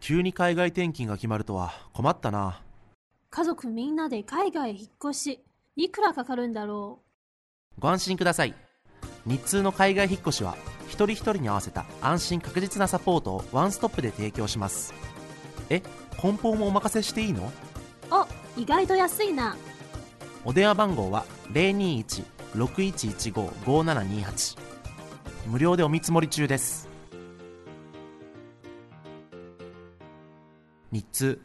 急に海外転勤が決まるとは困ったな。 家族みんなで海外へ引っ越し、いくらかかるんだろご安心ください。日通の海外引っ越しは一人一人に合わせた安心確実なサポートをワンストップで提供します。梱包もお任せしていいの？ う。意外と安いな。 お電話番号は 021-6115-5728。 無料でお見積もり中です。日通。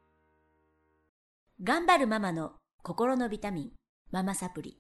頑張るママの心のビタミン、ママサプリ。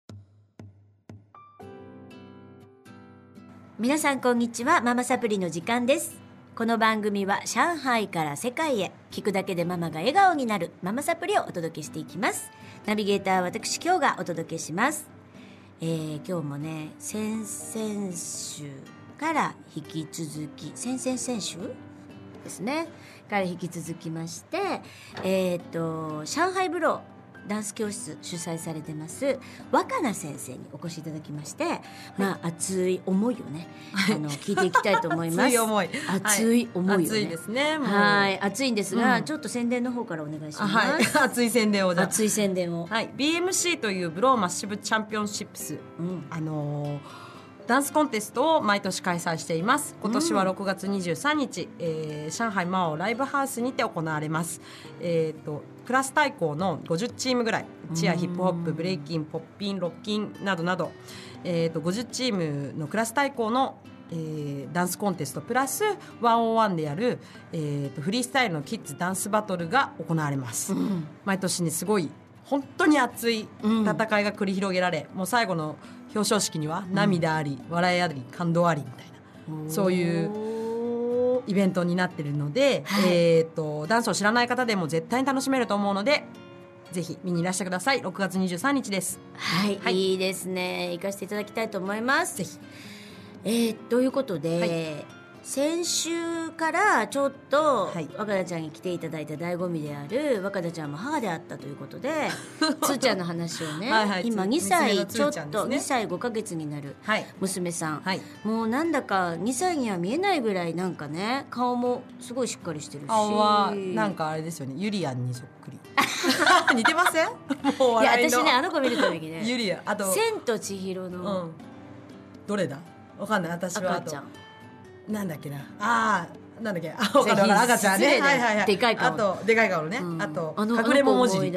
皆さんこんにちは。ママサプリの時間です。この番組は上海から世界へ、聞くだけでママが笑顔になるママサプリをお届けしていきます。ナビゲーターは私今日がお届けします。今日もね、先々週から引き続き、先々週ですねから引き続きまして、上海ブローダンス教室主催されてます若菜先生にお越しいただきまして、熱い思いをね、聞いていきたいと思います。 熱い思い、 熱い思いをね、 熱いですね。もう熱いんですが、ちょっと宣伝の方からお願いします。 熱い宣伝を。 熱い宣伝を。 BMC というブローマッシブチャンピオンシップス、ダンスコンテストを毎年開催しています。今年は6月23日、上海マオライブハウスにて行われます。クラス対抗の50チームぐらい、チア、ヒップホップ、ブレイキン、ポッピン、ロッキンなどなど、50チームのクラス対抗の、ダンスコンテストプラス101でやる、フリースタイルのキッズダンスバトルが行われます。毎年ね、すごい本当に熱い戦いが繰り広げられ、もう最後の表彰式には涙あり、笑いあり、感動ありみたいな、そういうイベントになっているので、ダンスを知らない方でも絶対に楽しめると思うので、ぜひ見にいらしてください。6月23日です。 いいですね。行かせていただきたいと思います。ぜひ。ということで、先週からちょっと若菜ちゃんに来ていただいた醍醐味である、若菜ちゃんも母であったということでつーちゃんの話をね今2歳ちょっと、2歳5ヶ月になる娘さん、もうなんだか2歳には見えないぐらい、なんかね、顔もすごいしっかりしてるし、 顔はなんかあれですよね、ユリアンにそっくり似てません？もういや、私ね、あの子見るたびにねユリアン、あと千と千尋の、 どれだわかんない。私は赤ちゃんなんだっけな、なんだっけ、赤ちゃんね、 でかい顔、 あとでかい顔ね、あと隠れ桃尻、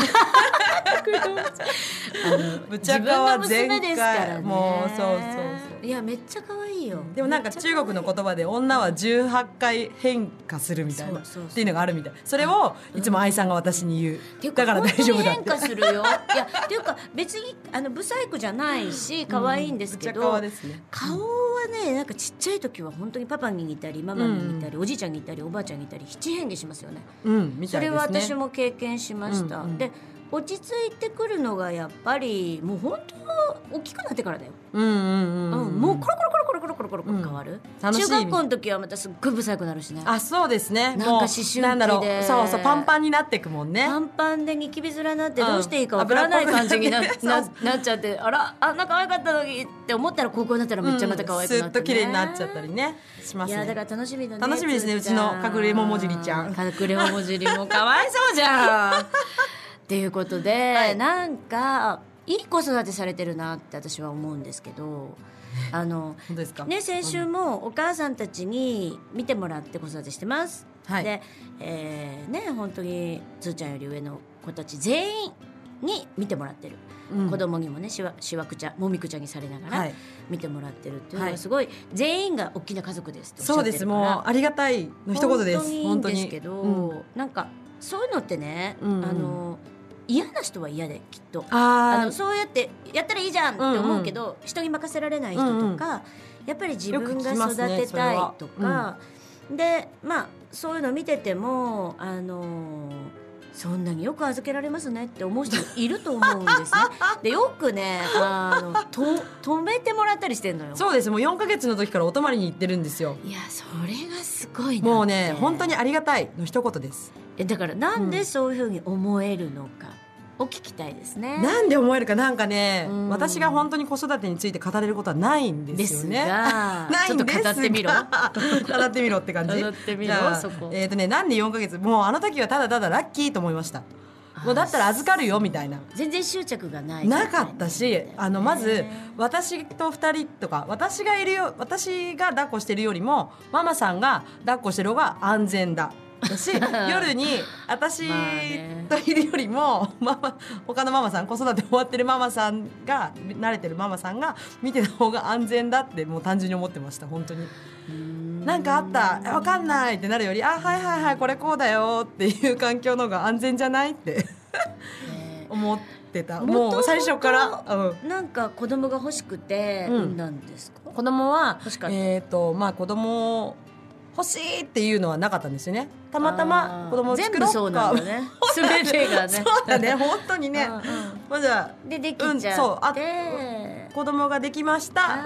ぶちゃかは全開、もうそういや、めっちゃ可愛いよ。 でもなんか中国の言葉で女は18回変化するみたいなっていうのがあるみたい。それをいつも愛さんが私に言う。だから大丈夫だって。 変化するよ。いや、っていうか別にブサイクじゃないし可愛いんですけど、顔はね、なんかちっちゃい時は本当にパパに似たりママに似たり、おじいちゃんに似たりおばあちゃんに似たり七変化しますよね。それは私も経験しました。で、落ち着いてくるのがやっぱりもう本当大きくなってからだよ。もうコロコロ変わる。中学校の時はまたすっごいブサイクなるしね。 そうですね。 なんか思春期でそうパンパンになってくもんね。 パンパンでニキビ面になってどうしていいかわからない感じになっちゃって、あら、あんな可愛かったのにって思ったら高校になったらめっちゃまた可愛くなってね、 スッと綺麗になっちゃったりねしますね。 いや、だから楽しみだね。 楽しみですね。うちの隠れ桃尻ちゃん、 隠れ桃尻もかわいそうじゃんっていうことで、なんかいい子育てされてるなって私は思うんですけど、 本当ですか？ ね、先週もお母さんたちに見てもらって子育てしてます。で、本当につーちゃんより上の子たち全員に見てもらってる、子供にもね、しわくちゃもみくちゃにされながら見てもらってるっていうのはすごい、全員が大きな家族ですっておっしゃってるから、そうです、 もうありがたいの一言です。 本当にいいんですけど、なんかそういうのってね、嫌な人は嫌で、きっとそうやってやったらいいじゃんって思うけど、人に任せられない人とか、やっぱり自分が育てたいとか、で、そういうの見ててもそんなによく預けられますねって思う人もいると思うんですねで、よくね止めてもらったりしてんのよ。 そうです、もう4ヶ月の時からお泊まりに行ってるんですよ。 いや、それがすごいな。 もうね、本当にありがたいの一言です。 だからなんでそういうふうに思えるのかを聞きたいですね。 なんで思えるか、なんかね、 うん私が本当に子育てについて語れることはないんですよね。 ちょっと語ってみろ語ってみろって感じ。 語ってみろじゃあそこなんで4ヶ月、もうあの時はただただラッキーと思いました。もうだったら預かるよみたいな。 全然執着がないなかったし、まず私と2人とか、私が抱っこしてるよりもママさんが抱っこしてる方が安全だし夜に私といるよりも他のママさん、子育て終わってるママさんが、慣れてるママさんが見てた方が安全だって、もう単純に思ってました。本当になんかあった分かんないってなるより、あ、はいはいはい、これこうだよっていう環境の方が安全じゃないって思ってた。もう最初から、 なんか子供が欲しくて産んだんですか？ 子供は欲しかった。 子供欲しいっていうのはなかったんですよね。たまたま子供を作ろうか。 全部そうなんだね。全てがね。 そうだね、本当にね。じゃあできちゃって、 子供ができました。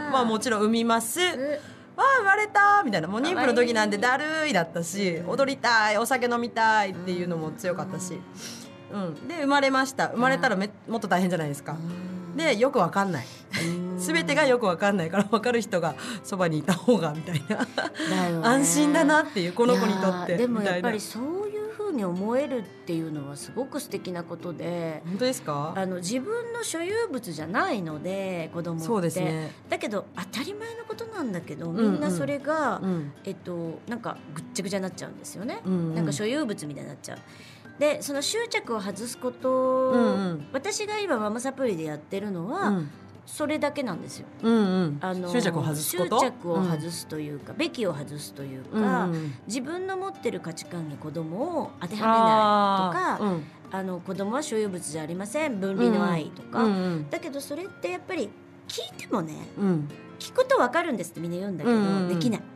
もちろん産みます。生まれたみたいな、もう妊婦の時なんでだるいだったし、踊りたい、お酒飲みたいっていうのも強かったし、で生まれました。生まれたらもっと大変じゃないですか。でよくわかんない、全てがよくわかんないから、分かる人がそばにいた方がみたいな、安心だなっていう、この子にとって。 でもやっぱりそういう風に思えるっていうのはすごく素敵なことで。 本当ですか？ 自分の所有物じゃないので子供って。 そうですね。 だけど当たり前のことなんだけど、みんなそれが、なんかぐっちゃぐちゃになっちゃうんですよね、なんか所有物みたいになっちゃう。でその執着を外すこと、私が今ママサプリでやってるのは、それだけなんですよ。 執着を外すこと、 執着を外すというか、べきを外すというか、自分の持ってる価値観に子供を当てはめないとか、子供は所有物じゃありません、分離の愛とか、だけどそれってやっぱり聞いてもね、聞くと分かるんですってみんな言うんだけど、できない。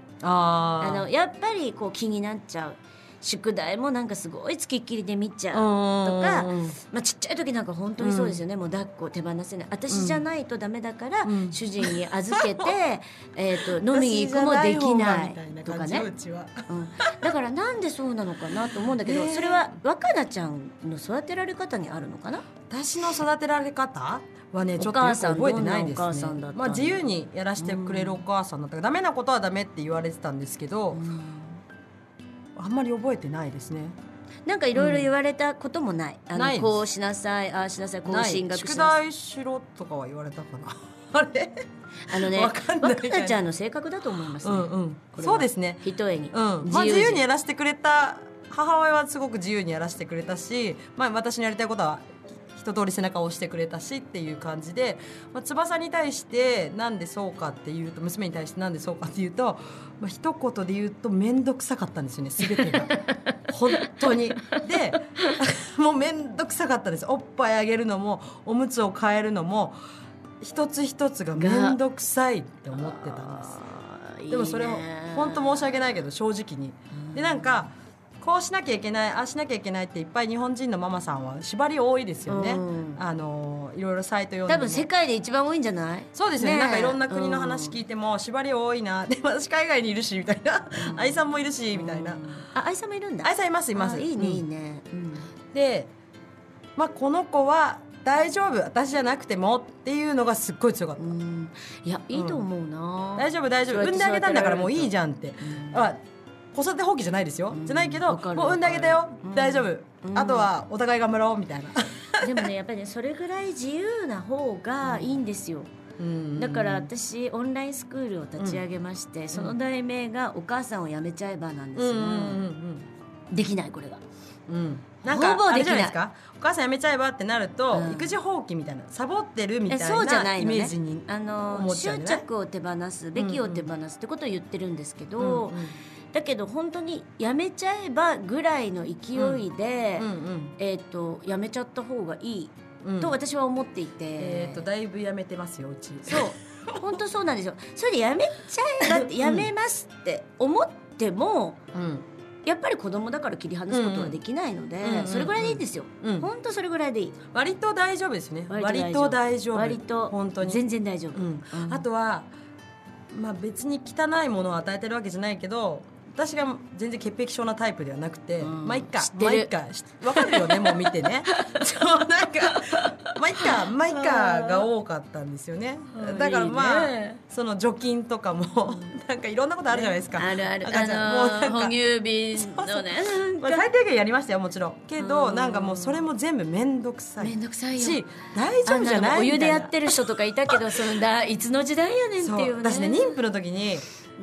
やっぱりこう気になっちゃう。宿題もなんかすごいつきっきりで見ちゃうとか、ちっちゃい時なんか本当にそうですよね、もう抱っこ手放せない、私じゃないとダメだから、主人に預けて飲みに行くもできないとかね、だからなんでそうなのかなと思うんだけど、それは若菜ちゃんの育てられ方にあるのかな？ 私の育てられ方はね、ちょっとよく覚えてないですね。自由にやらせてくれるお母さんだったから、ダメなことはダメって言われてたんですけど、あんまり覚えてないですね。 なんかいろいろ言われたこともない？こうしなさい、ああしなさい、こう進学しなさい、 宿題しろとかは言われたかなあれ若菜ちゃんの性格だと思いますね。 そうですね、 ひとえに、 自由にやらせてくれた母親はすごく自由にやらせてくれたし、私のやりたいことは一通り背中を押してくれたしっていう感じで、翼に対してなんでそうかっていうと、娘に対してなんでそうかっていうと、一言で言うと面倒くさかったんですよね、全てが本当に。でもう面倒くさかったです。おっぱいあげるのもおむつを替えるのも一つ一つが面倒くさいって思ってたんです。でもそれを本当申し訳ないけど正直に、でなんかこうしなきゃいけない、ああしなきゃいけないっていっぱい日本人のママさんは縛り多いですよね、いろいろサイト読んでも。 多分世界で一番多いんじゃない？ そうですね、なんかいろんな国の話聞いても縛り多いな、で私海外にいるしみたいな、愛さんもいるしみたいな。 愛さんもいるんだ。 愛さんいますいます。 いいねいいね。 でこの子は大丈夫、私じゃなくてもっていうのがすっごい強かった。 いやいいと思うな。 大丈夫大丈夫、産んであげたんだからもういいじゃんって。子育て放棄じゃないですよ、じゃないけど、もう産んであげたよ、大丈夫、あとはお互い頑張ろうみたいな。 でもね、やっぱりね、それぐらい自由な方がいいんですよ。だから私オンラインスクールを立ち上げまして、その題名がお母さんをやめちゃえばなんですが、できないこれが。 なんかあれじゃないですか、お母さんやめちゃえばってなると、育児放棄みたいな、サボってるみたいなイメージに思っちゃうね。 執着を手放す、べきを手放すってことを言ってるんですけど、だけど本当にやめちゃえばぐらいの勢いでやめちゃった方がいいと私は思っていて、 だいぶやめてますようち。 そう本当そうなんですよ。それでやめちゃえばって、やめますって思っても、やっぱり子供だから切り離すことはできないので、それぐらいでいいんですよ。本当それぐらいでいい。 割と大丈夫ですね。割と大丈夫。 割と本当に全然大丈夫。 あとは別に汚いものを与えてるわけじゃないけど、 私が全然潔癖症なタイプではなくて、まあいっか知ってるまあいっか分かるよねもう見てねそうなんかまあいっかまあいっかが多かったんですよね。だからまあいいねその除菌とかもなんかいろんなことあるじゃないですか、 あるある赤ちゃんもうなんか哺乳瓶のねまあ、最低限やりましたよもちろんけど、なんかもうそれも全部面倒くさいめんどくさいよし大丈夫じゃないお湯でやみたいなってる人とかいたけどそのいつの時代やねんっていうね。 そう私ね妊婦の時に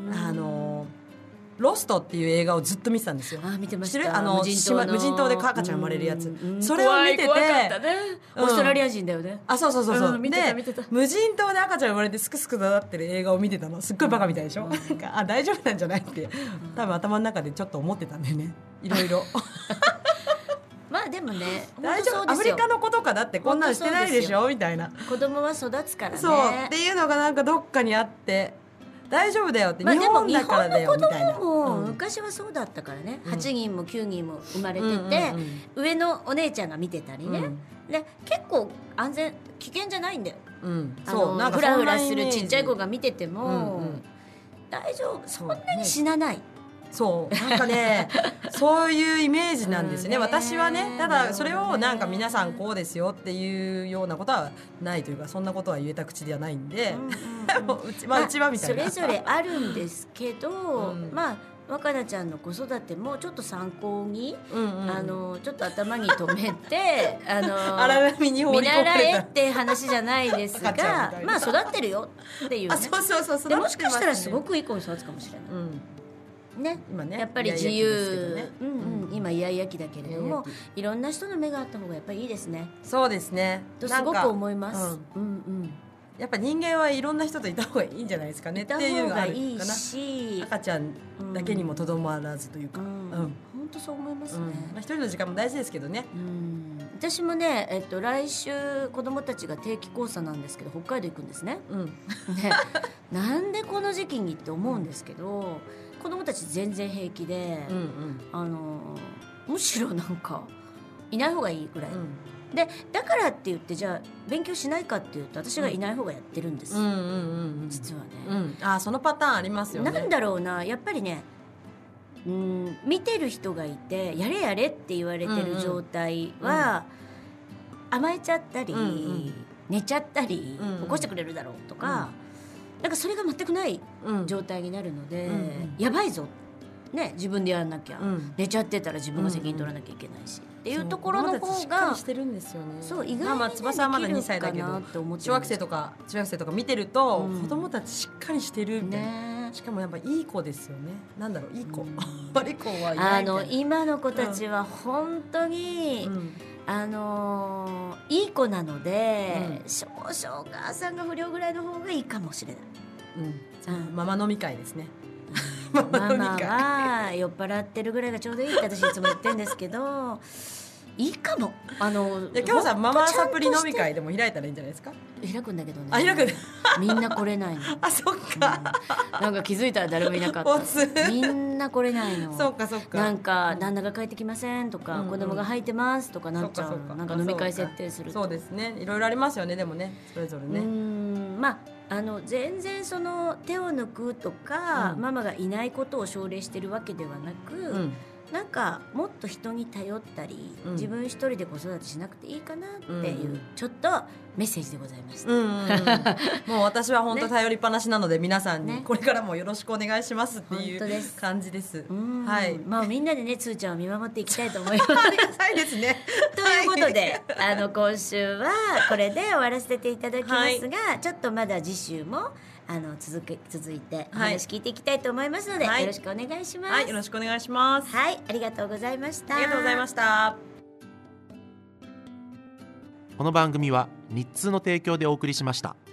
ロストっていう映画をずっと見てたんですよ。 見てました知ってる無人島で赤ちゃん生まれるやつ、それを怖い見てて怖かったね、オーストラリア人だよね。 そう見てた見てたで無人島で赤ちゃん生まれてすくすく育ってる映画を見てたのすっごいバカみたいでしょ、なんか大丈夫なんじゃないって多分頭の中でちょっと思ってたんだよねいろいろまあでもね大丈夫アフリカの子とかだってこんなんしてないでしょみたいな子供は育つからね。 そうっていうのがなんかどっかにあって大丈夫だよって、 まあ、 日本だからだよみたいな。 でも日本の子供も昔はそうだったからね、8人も9人も生まれてて、上のお姉ちゃんが見てたりね、で結構安全危険じゃないんだよ、そうなんかフラフラするちっちゃい子が見てても、大丈夫そんなに死なない。 そうなんかねそういうイメージなんですよね、私はね。ただそれをなんか皆さんこうですよっていうようなことはないというか、そんなことは言えた口ではないんで、うちはみたいな、 それぞれあるんですけど、まあ若菜ちゃんの子育てもちょっと参考に、ちょっと頭に留めて荒波に放り込まれた見習えって話じゃないですがまあ育ってるよっていうね。 そうでもしかしたらすごくいい子に育つかもしれない、ね、 今ねやっぱり自由、今イヤイヤ期だけれども、いろんな人の目があった方がやっぱりいいですね。 そうですねとすごく思います。 やっぱ人間はいろんな人といた方がいいんじゃないですかねっていうのがあるかな。いた方がいいし、赤ちゃんだけにもとどまらずというか、 本当そう思いますね。 一人の時間も大事ですけどね。 私もね、来週子供たちが定期考査なんですけど北海道行くんですね。でなんでこの時期にって思うんですけど、子供たち全然平気で、むしろなんかいない方がいいぐらい、でだからって言ってじゃあ勉強しないかっていうと私がいない方がやってるんです、実はね、 そのパターンありますよね。 なんだろうな、やっぱりね、見てる人がいてやれやれって言われてる状態は、甘えちゃったり、寝ちゃったり、起こしてくれるだろうとか、なんかそれが全くない状態になるので、やばいぞね、自分でやらなきゃ、寝ちゃってたら自分が責任取らなきゃいけないし、っていうところの方がしっかりしてるんですよね。 そう意外に、ね、 翼はまだ2歳だけど小学生とか中学生とか見てると、子供たちしっかりしてるみたいな、しかもやっぱいい子ですよね。なんだろう、いい子、悪い子はいないみたいな。 今の子たちは本当に、いい子なので、少々お母さんが不良ぐらいの方がいいかもしれない。 ママ飲み会ですね。 ママは酔っ払ってるぐらいがちょうどいいって私いつも言ってるんですけど、いいかも。 今日さママサプリ飲み会でも開いたらいいんじゃないですか。 開くんだけどね。 開くみんな来れないの。 そっか、 なんか気づいたら誰もいなかった。みんな来れないの。 そうかそうか。 なんか旦那が帰ってきませんとか、子供が入ってますとかなっちゃう。なんか飲み会設定すると。 そうですね。いろいろありますよね。でもね、それぞれね。 まあ全然その手を抜くとか、ママがいないことを奨励してるわけではなく、なんかもっと人に頼ったり、自分一人で子育てしなくていいかなっていう、ちょっとメッセージでございました。 もう私は本当頼りっぱなしなので、皆さんにこれからもよろしくお願いしますっていう感じです。はい。 まあみんなでね、つーちゃんを見守っていきたいと思います。 ありがたいですね。 ということで、今週はこれで終わらせていただきますが、ちょっとまだ次週も続いてお話聞いていきたいと思いますので、よろしくお願いします。 はい、よろしくお願いします。 はい、ありがとうございました。 ありがとうございました。 この番組は日通の提供でお送りしました。